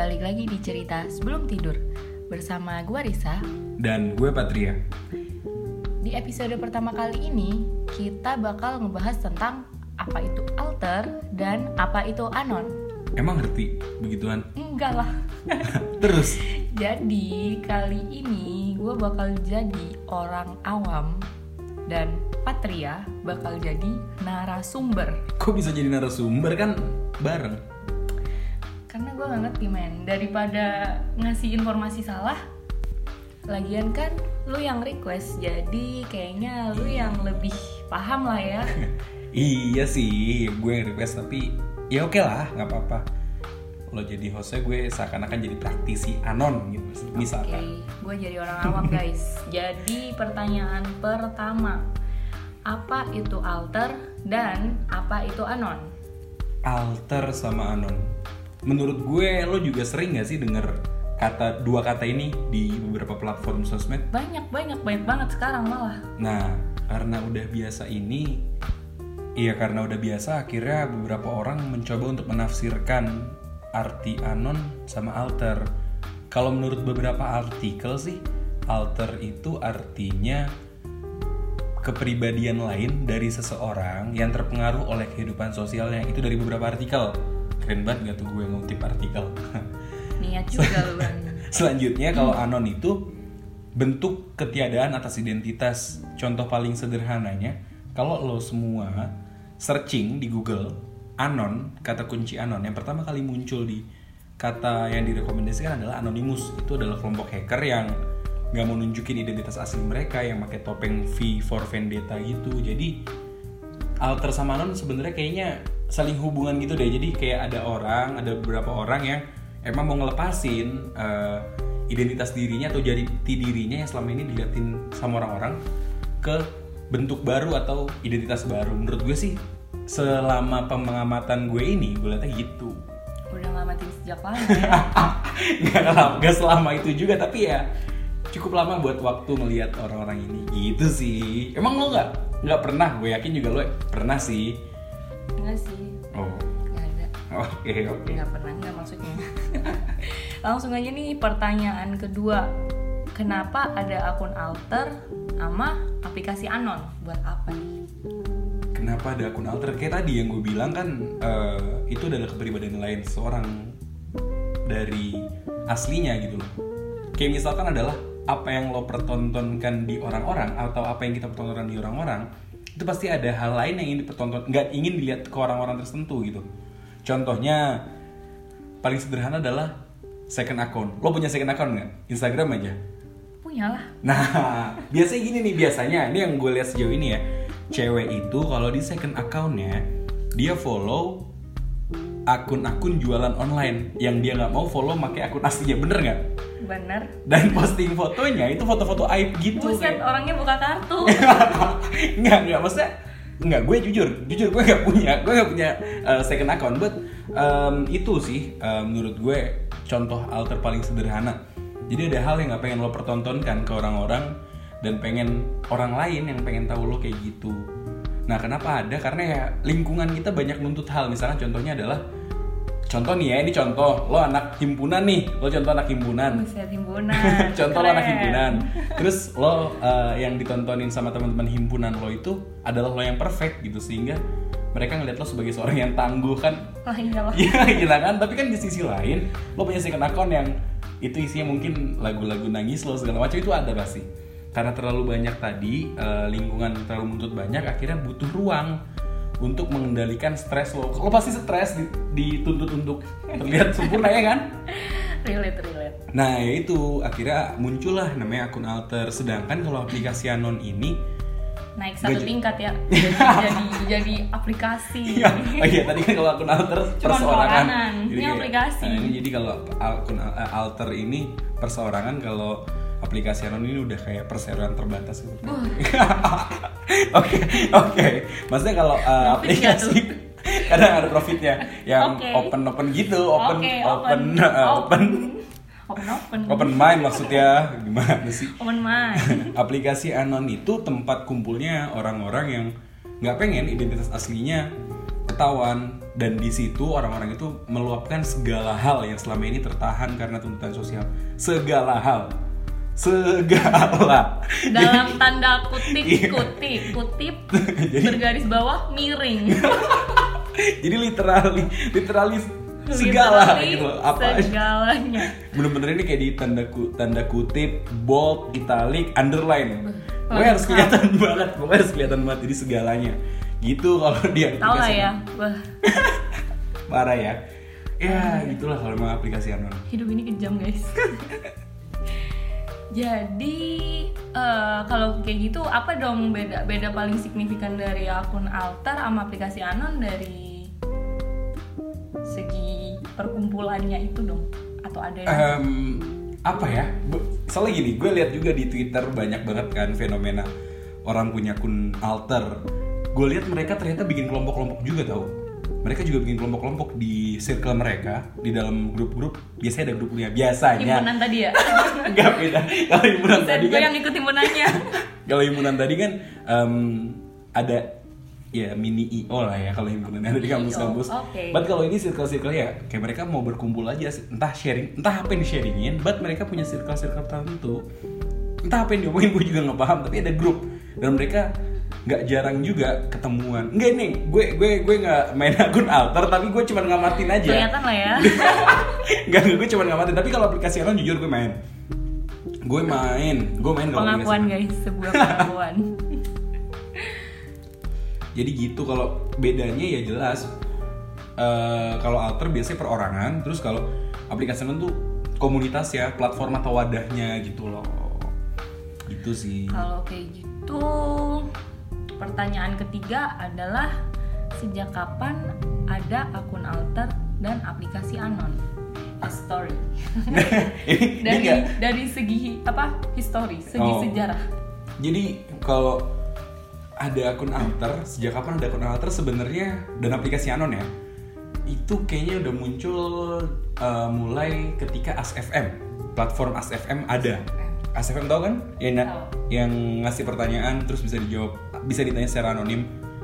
balik lagi di cerita sebelum tidur bersama gue Risa dan gue Patria. Di episode pertama kali ini kita bakal ngebahas tentang apa itu alter dan apa itu anon. Emang ngerti begituan? Enggak lah. Terus? Jadi kali ini gue bakal jadi orang awam dan Patria bakal jadi narasumber. Kok bisa jadi narasumber, kan bareng? Karena gue gak ngerti men, daripada ngasih informasi salah. Lagian kan lu yang request, jadi kayaknya lu yang lebih paham lah ya. Iya sih, gue yang request, tapi ya oke lah, gak apa-apa. Lo jadi hostnya, gue seakan-akan jadi praktisi anon gitu misalkan. Oke, gue jadi orang awam guys. Jadi pertanyaan pertama, apa itu alter dan apa itu anon? Alter sama anon, menurut gue lo juga sering gak sih denger dua kata ini di beberapa platform sosmed? Banyak banget sekarang malah. Nah, karena udah biasa akhirnya beberapa orang mencoba untuk menafsirkan arti anon sama alter. Kalau menurut beberapa artikel sih, alter itu artinya kepribadian lain dari seseorang yang terpengaruh oleh kehidupan sosialnya. Itu dari beberapa artikel. Keren banget gak tuh gue ngutip artikel. Niat juga lu kan. Selanjutnya kalau anon itu bentuk ketiadaan atas identitas. Contoh paling sederhananya, kalau lo semua searching di Google anon, kata kunci anon yang pertama kali muncul di kata yang direkomendasikan adalah anonymous. Itu adalah kelompok hacker yang gak mau nunjukin identitas asli mereka, yang pakai topeng V for Vendetta gitu. Jadi alter sama anon sebenarnya kayaknya saling hubungan gitu deh. Jadi kayak ada beberapa orang yang emang mau ngelepasin identitas dirinya atau jati dirinya yang selama ini diliatin sama orang-orang ke bentuk baru atau identitas baru. Menurut gue sih selama pengamatan gue ini, gue liatnya gitu. Udah ngamatin sejak lama ya? Gak selama itu juga, tapi ya cukup lama buat waktu ngelihat orang-orang ini gitu sih. Emang lo nggak pernah? Gue yakin juga lo pernah sih. Enggak sih. Oh. Nggak ada. Oke. Nggak pernah, nggak maksudnya. Langsung aja nih pertanyaan kedua. Kenapa ada akun alter sama aplikasi anon? Buat apa nih? Kenapa ada akun alter? Kayak tadi yang gue bilang kan, itu adalah kepribadian lain seorang dari aslinya gitu loh. Kayak misalkan adalah apa yang lo pertontonkan di orang-orang atau apa yang kita pertontonkan di orang-orang, itu pasti ada hal lain yang ingin dipertonton, nggak ingin dilihat ke orang-orang tertentu gitu. Contohnya paling sederhana adalah second account. Lo punya second account nggak? Instagram aja. Punya lah. Nah, biasanya gini nih, ini yang gue lihat sejauh ini ya, cewek itu kalau di second accountnya dia follow akun-akun jualan online yang dia nggak mau follow pakai akun aslinya, bener nggak? Bener. Dan posting fotonya itu foto-foto aib gitu. Buset, kayak orangnya buka kartu. Nggak, maksudnya nggak, gue jujur gue nggak punya second account, but itu sih menurut gue contoh alter paling sederhana. Jadi ada hal yang nggak pengen lo pertontonkan ke orang-orang dan pengen orang lain yang pengen tahu lo kayak gitu. Nah, kenapa ada? Karena ya lingkungan kita banyak nuntut hal. Misalnya contohnya adalah, ini contoh, lo anak himpunan nih, lo contoh anak himpunan. Buset, himpunan. Contoh lo anak himpunan. Terus lo yang ditontonin sama teman-teman himpunan lo itu adalah lo yang perfect gitu, sehingga mereka ngeliat lo sebagai seorang yang tangguh kan. Iya gila kan. Tapi kan di sisi lain lo punya second account yang itu isinya mungkin lagu-lagu nangis lo segala macam, itu ada pasti. Karena terlalu banyak tadi, lingkungan terlalu menuntut banyak, akhirnya butuh ruang untuk mengendalikan stres lo. Lo pasti stres dituntut untuk terlihat sempurna ya kan? Relate. Nah ya itu, akhirnya muncullah namanya akun alter. Sedangkan kalau aplikasi anon ini naik satu tingkat ya. jadi aplikasi. Oh iya, tadi kan kalau akun alter perseorangan. Ini aplikasi. Ini jadi kalau akun alter ini perseorangan, kalau aplikasi anon ini udah kayak perseroan terbatas gitu. Oke. Maksudnya kalau aplikasi kadang ada profitnya yang open gitu, open mind maksudnya, gimana sih? Open mind. Aplikasi anon itu tempat kumpulnya orang-orang yang nggak pengen identitas aslinya ketahuan, dan di situ orang-orang itu meluapkan segala hal yang selama ini tertahan karena tuntutan sosial. Segala hal. Dalam tanda kutip bergaris bawah miring. Jadi literally segala gitu loh, apa segalanya. Bener-bener ini kayak di tanda kutip, bold, italic, underline. Gue harus kelihatan banget, jadi segalanya. Gitu kalau dia tahu lah ya. Wah. Parah ya. Ya, gitulah kalau mau aplikasi Anon. Hidup ini kejam, guys. Jadi kalau kayak gitu apa dong beda paling signifikan dari akun Alter sama aplikasi Anon dari segi perkumpulannya itu dong, atau ada yang apa ya? Soalnya gini, gue lihat juga di Twitter banyak banget kan fenomena orang punya akun Alter. Gue lihat mereka ternyata bikin kelompok-kelompok juga tau. Mereka juga bikin kelompok-kelompok di circle mereka, di dalam grup-grup. Biasanya ada grupnya, biasanya. Himpunan tadi ya? Enggak beda. Kalau himpunan tadi kan, yang ikut himpunannya. Kalau himpunan tadi kan ada ya mini IO lah ya kalau himpunan ada di kampus-kampus. Okay. But kalau ini circle-circle ya kayak mereka mau berkumpul aja, entah sharing, entah apa yang di-sharingin. But mereka punya circle-circle tertentu. Entah apa yang diomongin gue juga nggak paham, tapi ada grup dan mereka nggak jarang juga ketemuan. Enggak nih, gue nggak main akun Alter, tapi gue cuma ngamatin aja. Kelihatan lah ya. Enggak, gue cuma ngamatin. Tapi kalau aplikasi Anon jujur gue main. Gue main pengakuan guys, sebuah pengakuan. Jadi gitu, kalau bedanya ya jelas. Kalau Alter biasanya perorangan, terus kalau aplikasi Anon tuh komunitas ya, platform atau wadahnya gitu loh. Gitu sih. Kalau kayak gitu, pertanyaan ketiga adalah sejak kapan ada akun Alter dan aplikasi Anon? A story. dari segi apa? History, segi sejarah. Jadi kalau ada akun Alter, sejak kapan ada akun Alter sebenarnya dan aplikasi Anon ya? Itu kayaknya udah muncul mulai ketika AskFM, platform AskFM ada. AskFM tau kan? Yang ngasih pertanyaan terus bisa dijawab, bisa ditanya secara anonim.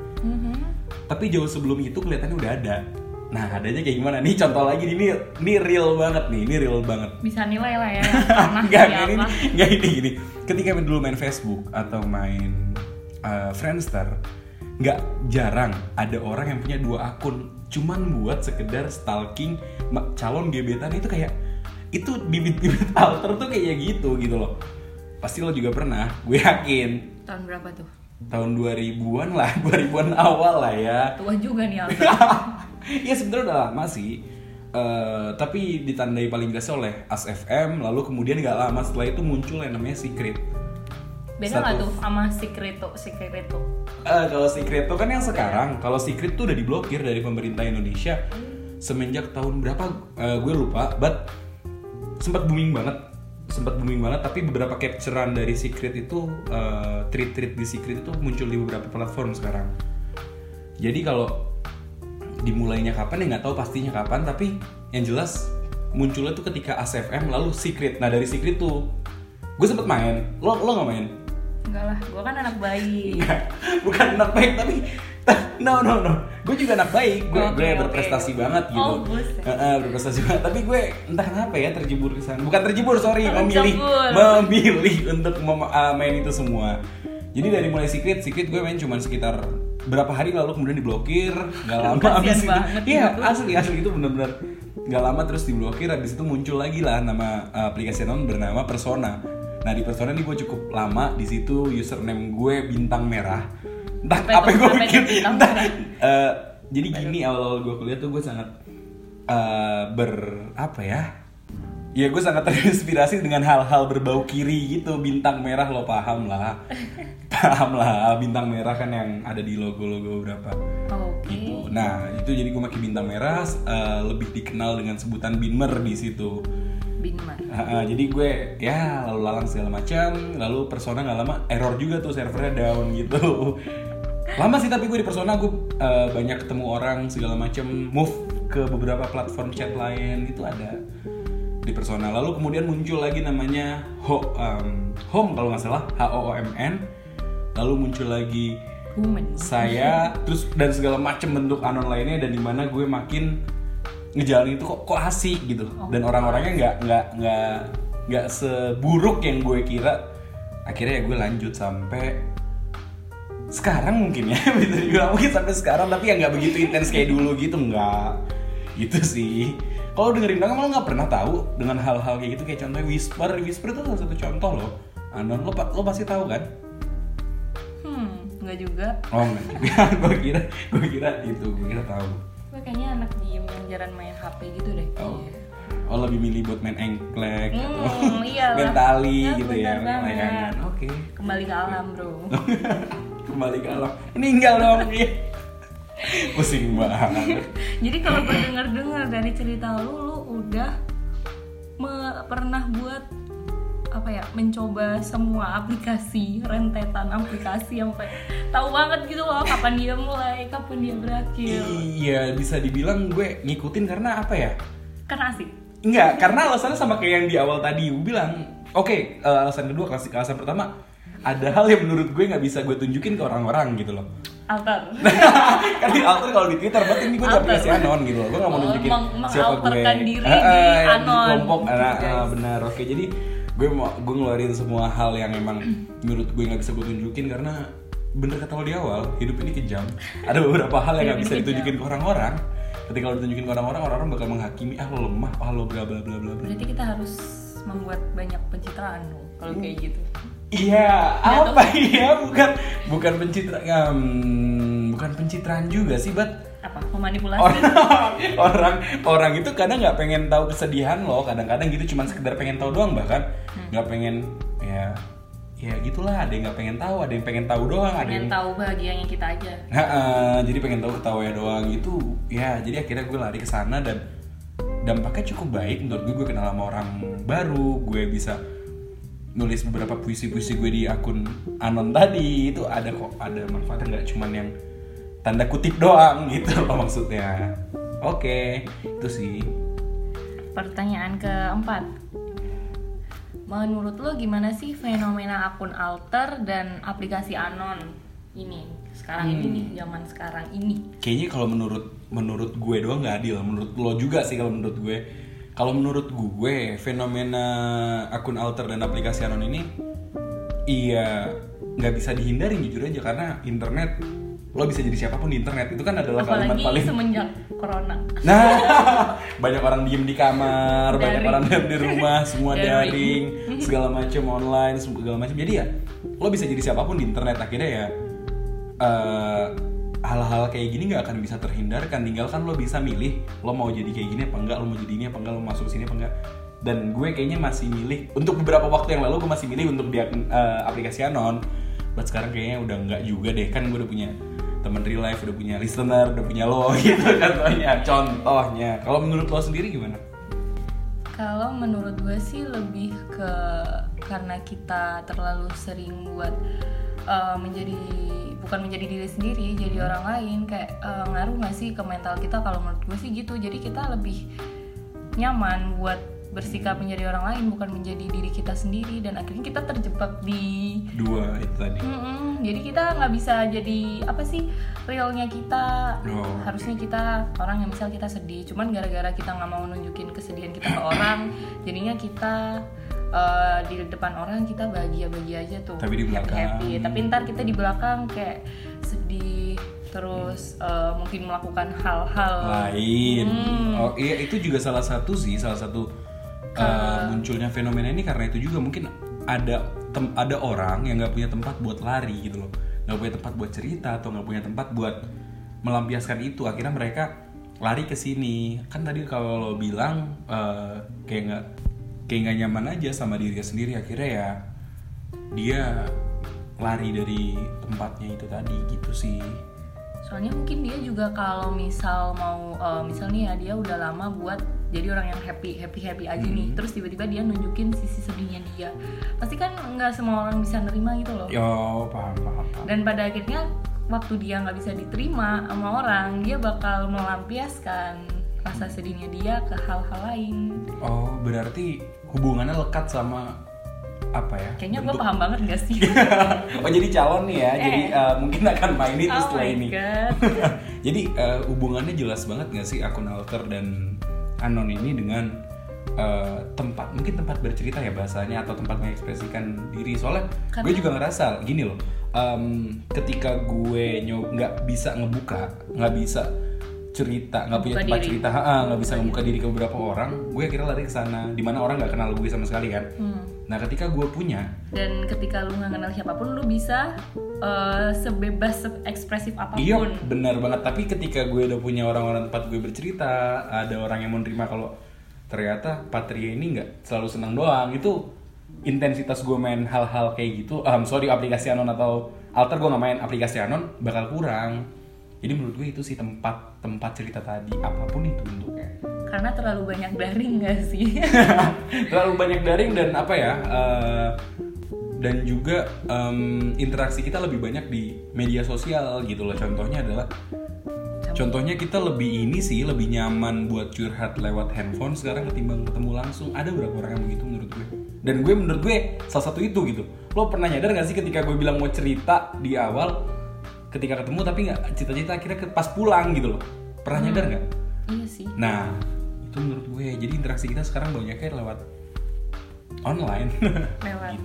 Tapi jauh sebelum itu kelihatannya udah ada. Nah, adanya kayak gimana? Nih contoh lagi, ini real banget nih, ini real banget. Bisa nilai lah ya. Nggak ini. Ketika dulu main Facebook atau main Friendster, nggak jarang ada orang yang punya 2 akun cuman buat sekedar stalking calon gebetan. Itu kayak, itu bibit-bibit Alter tuh kayak gitu loh. Pasti lo juga pernah, gue yakin. Tahun berapa tuh? Tahun 2000-an lah, 2000-an awal lah ya. Tua juga nih Alter. Ya sebenarnya udah lama sih. Tapi ditandai paling jelas oleh AskFM, lalu kemudian gak lama setelah itu muncul yang namanya Secret. Beda nggak tuh sama Secreto? Kalau Secreto kan yang sekarang, kalau Secret tuh udah diblokir dari pemerintah Indonesia semenjak tahun berapa? Gue lupa, but sempat booming banget. Tapi beberapa capturean dari Secret itu, tweet di Secret itu muncul di beberapa platform sekarang. Jadi kalau dimulainya kapan ya nggak tahu pastinya kapan, tapi yang jelas munculnya tuh ketika AskFM lalu Secret. Nah dari Secret tuh gue sempet main. Lo nggak main? Enggak lah, gue kan anak baik. Bukan anak baik tapi no. Gue juga anak baik. Gue berprestasi banget gitu. Berprestasi banget. Tapi gue entah kenapa ya terjebur ke sana. Bukan terjebur, sorry, memilih untuk main itu semua. Jadi dari mulai Secret gue main cuma sekitar berapa hari lalu kemudian diblokir. Gak lama abis itu. Iya, asli itu benar-benar gak lama terus diblokir. Abis itu muncul lagi lah nama aplikasi Anon bernama Persona. Nah di Persona ini gue cukup lama di situ, username gue bintang merah. Entah apa yang gue bikin. Jadi gini, awal-awal gue kuliah tuh gue sangat Ya gue sangat terinspirasi dengan hal-hal berbau kiri gitu. Bintang merah, lo paham lah. Bintang merah kan yang ada di logo-logo berapa. Gitu. Nah itu jadi gue pakai bintang merah, lebih dikenal dengan sebutan Binmer di situ. Jadi gue ya lalu lalang segala macam. Lalu Persona nggak lama error juga tuh, servernya down gitu. Lama sih tapi gue di Persona gue banyak ketemu orang segala macam, move ke beberapa platform chat lain itu ada di Persona. Lalu kemudian muncul lagi namanya Home kalau nggak salah, HOOMN. Lalu muncul lagi woman. Saya terus dan segala macam bentuk anon lainnya, dan dimana gue makin ngejalanin itu kok asik gitu. Dan orang-orangnya nggak seburuk yang gue kira. Akhirnya ya gue lanjut sampai sekarang mungkin ya, bisa dibilang mungkin sampai sekarang, tapi ya nggak begitu intens kayak dulu gitu, nggak gitu sih. Kalau dengerin doang malah nggak pernah tahu dengan hal-hal kayak gitu, kayak contohnya whisper itu salah satu contoh loh. Anon lo pasti tahu kan? Nggak juga. Oh nggak, gue kira tahu. Gue kayaknya anak diem yang jarang main HP gitu deh. Oh lebih milih buat main engklek atau iyalah. main tali Ya, gitu ya, bener. Oke. Kembali ke alam bro. Kembali ke alam, meninggal dong ya. Pusing banget. Jadi kalau gue denger dari cerita lu udah pernah buat apa ya, mencoba semua aplikasi, rentetan aplikasi sampai tahu banget gitu loh kapan dia mulai, kapan dia berakhir. Iya, bisa dibilang gue ngikutin karena apa ya? Karena asik. Enggak, karena alasannya sama kayak yang di awal tadi gue bilang. Oke, alasan kedua klasik. Alasan pertama, ada hal yang menurut gue nggak bisa gue tunjukin ke orang-orang gitu loh. Alter. Kan di alter kalau di Twitter, berarti ini gue di aplikasi anon gitu loh. Gue nggak mau nunjukin siapa gue. Mengalterkan diri di anon. Kelompok, benar. Oke, jadi gue ngeluarin semua hal yang emang menurut gue nggak bisa gue tunjukin karena bener kata lo di awal, hidup ini kejam. Ada beberapa hal yang nggak bisa ditunjukin ke orang-orang. Ketika lo ditunjukin ke orang-orang bakal menghakimi, lo lemah, lo bla bla bla bla. Berarti kita harus membuat banyak pencitraan dong kalau kayak gitu. Iya, apa ya? Bukan pencitraan, bukan pencitraan juga sih, apa? Memanipulasi. Orang itu kadang nggak pengen tahu kesedihan lo, kadang-kadang gitu cuma sekedar pengen tahu doang, bahkan nggak pengen ya gitulah. Ada yang nggak pengen tahu, ada yang pengen tahu doang, ada yang tahu bahagianya kita aja. Jadi pengen tahu ketawanya doang gitu. Ya, jadi akhirnya gue lari ke sana dan dampaknya cukup baik menurut gue. Gue kenal sama orang baru, gue bisa nulis beberapa puisi-puisi gue di akun anon tadi. Itu ada manfaatnya, nggak cuman yang tanda kutip doang gitu loh maksudnya. Oke, itu sih. Pertanyaan keempat, menurut lo gimana sih fenomena akun alter dan aplikasi anon ini sekarang ini nih, zaman sekarang ini? Kayaknya kalau menurut gue doang nggak adil. Menurut lo juga sih kalau menurut gue. Kalau menurut gue fenomena akun alter dan aplikasi anon ini iya nggak bisa dihindarin jujur aja, karena internet, lo bisa jadi siapapun di internet. Itu kan adalah kalimat paling semenjak corona. Nah, banyak orang diem di kamar, banyak orang diem di rumah, semua daring, segala macam online, segala macam. Jadi ya, lo bisa jadi siapapun di internet. Akhirnya ya, hal-hal kayak gini nggak akan bisa terhindarkan. Tinggal kan lo bisa milih, lo mau jadi kayak gini apa enggak, lo mau jadi ini apa enggak, lo masuk sini apa enggak. Dan gue kayaknya masih milih, untuk beberapa waktu yang lalu gue masih milih untuk di aplikasi anon. Buat sekarang kayaknya udah enggak juga deh. Kan gue udah punya teman real life, udah punya listener, udah punya lo gitu contohnya. Kalau menurut lo sendiri gimana? Kalau menurut gue sih lebih ke karena kita terlalu sering buat bukan menjadi diri sendiri, jadi orang lain. Kayak ngaruh nggak sih ke mental kita? Kalau menurut gue sih gitu. Jadi kita lebih nyaman buat bersikap menjadi orang lain, bukan menjadi diri kita sendiri, dan akhirnya kita terjebak di dua itu tadi. Jadi kita nggak bisa jadi apa sih realnya kita. Harusnya kita orang yang misal kita sedih, cuman gara-gara kita nggak mau nunjukin kesedihan kita ke orang, jadinya kita di depan orang kita bahagia aja tuh, tapi di belakang happy. Tapi ntar kita di belakang kayak sedih terus, mungkin melakukan hal-hal lain. Oh iya, itu juga salah satu munculnya fenomena ini. Karena itu juga mungkin ada orang yang nggak punya tempat buat lari gitu loh, nggak punya tempat buat cerita atau nggak punya tempat buat melampiaskan itu. Akhirnya mereka lari ke sini. Kan tadi kalau lo bilang kayak nggak nyaman aja sama dirinya sendiri, akhirnya ya dia lari dari tempatnya itu tadi gitu sih. Soalnya mungkin dia juga kalau misal mau misalnya ya dia udah lama buat jadi orang yang happy aja nih, terus tiba-tiba dia nunjukin sisi sedihnya dia, pasti kan nggak semua orang bisa nerima gitu loh. Paham. Dan pada akhirnya waktu dia nggak bisa diterima sama orang, dia bakal melampiaskan rasa sedihnya dia ke hal-hal lain. Oh, berarti hubungannya lekat sama apa ya? Kayaknya gue paham banget gak sih? Oh jadi calon nih ya, jadi mungkin akan main itu setelah ini. Jadi hubungannya jelas banget gak sih akun alter dan anon ini dengan tempat, mungkin tempat bercerita ya bahasanya, atau tempat mengekspresikan diri. Soalnya gue juga ngerasa gini loh, ketika gue nggak bisa ngebuka, nggak bisa cerita, nggak punya tempat diri. Cerita, nggak bisa membuka diri ke beberapa orang, gue akhirnya lari ke sana, dimana orang nggak kenal gue sama sekali kan. Nah ketika gue punya, dan ketika lu nggak kenal siapapun, lu bisa sebebas ekspresif apapun. Iya benar banget. Tapi ketika gue udah punya orang-orang tempat gue bercerita, ada orang yang mau nerima kalau ternyata Patria ini nggak selalu senang doang, itu intensitas gue main hal-hal kayak gitu, aplikasi anon atau alter, gue nggak main aplikasi anon, bakal kurang. Jadi menurut gue itu sih tempat cerita tadi, apapun itu bentuknya. Karena terlalu banyak daring gak sih? Terlalu banyak daring dan apa ya, dan juga interaksi kita lebih banyak di media sosial gitu loh. Contohnya kita lebih nyaman buat curhat lewat handphone sekarang ketimbang ketemu langsung. Ada beberapa orang yang begitu menurut gue. Dan menurut gue salah satu itu gitu. Lo pernah nyadar gak sih ketika gue bilang mau cerita di awal, ketika ketemu tapi nggak cerita akhirnya pas pulang gitu loh, pernah nyadar nggak? Iya sih. Nah itu menurut gue, jadi interaksi kita sekarang banyaknya lewat online. Lewat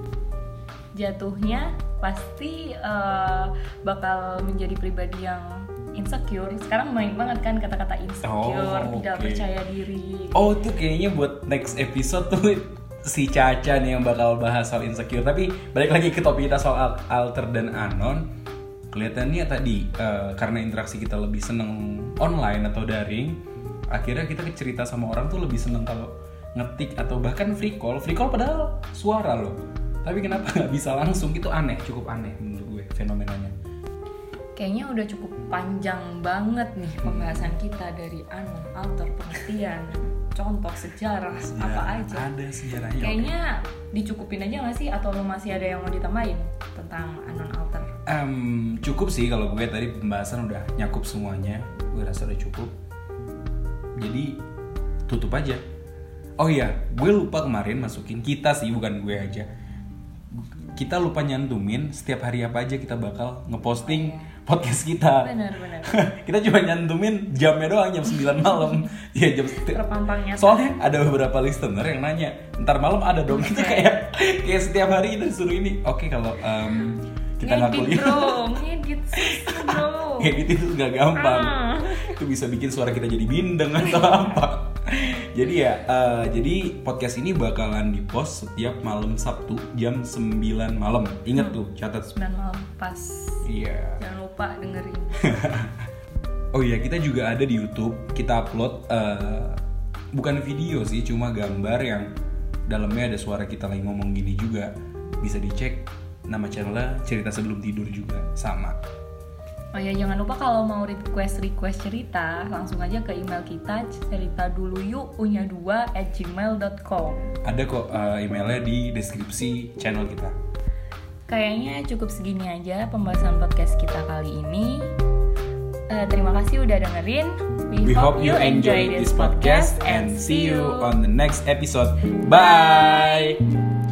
jatuhnya pasti bakal menjadi pribadi yang insecure. Sekarang main banget kan kata-kata insecure, tidak percaya diri. Oh tuh kayaknya buat next episode tuh si Caca nih yang bakal bahas soal insecure. Tapi balik lagi ke topik kita soal alter dan anon. Kelihatannya tadi karena interaksi kita lebih seneng online atau daring, akhirnya kita cerita sama orang tuh lebih seneng kalau ngetik atau bahkan free call padahal suara loh. Tapi kenapa nggak bisa langsung? Itu aneh, cukup aneh menurut gue fenomenanya. Kayaknya udah cukup panjang banget nih pembahasan kita dari anon, alter, pengertian, contoh, sejarah, apa aja. Ada sejarahnya. Kayaknya dicukupin aja nggak sih? Atau lu masih ada yang mau ditambahin tentang anon, alter? Cukup sih kalau gue tadi pembahasan udah nyakup semuanya. Gue rasa udah cukup. Jadi tutup aja. Oh iya, gue lupa kemarin masukin, kita sih bukan gue aja. Kita lupa nyantumin setiap hari apa aja kita bakal ngeposting podcast kita. Benar. Kita cuma nyantumin jamnya doang, jam 9 malam. Ya jam terpampangnya. Soalnya ada beberapa listener yang nanya, ntar malam ada dong. Itu kayak setiap hari kita suruh ini. Oke, kalau kita nggak kuliah. Ngedit bro. Ngedit itu nggak gampang. Itu bisa bikin suara kita jadi bindeng atau apa. Jadi podcast ini bakalan dipost setiap malam Sabtu jam 9 malam. Ingat tuh, catat 9 malam pas. Iya. Jangan lupa dengerin. Oh iya, kita juga ada di YouTube. Kita upload bukan video sih, cuma gambar yang dalamnya ada suara kita lagi ngomong gini juga. Bisa dicek, nama channelnya Cerita Sebelum Tidur juga sama. Oh ya, jangan lupa kalau mau request cerita, langsung aja ke email kita ceritaduluyuk2@gmail.com. Ada kok emailnya di deskripsi channel kita. Kayaknya cukup segini aja pembahasan podcast kita kali ini. Terima kasih udah dengerin. We hope you enjoy this podcast and see you on the next episode. Bye!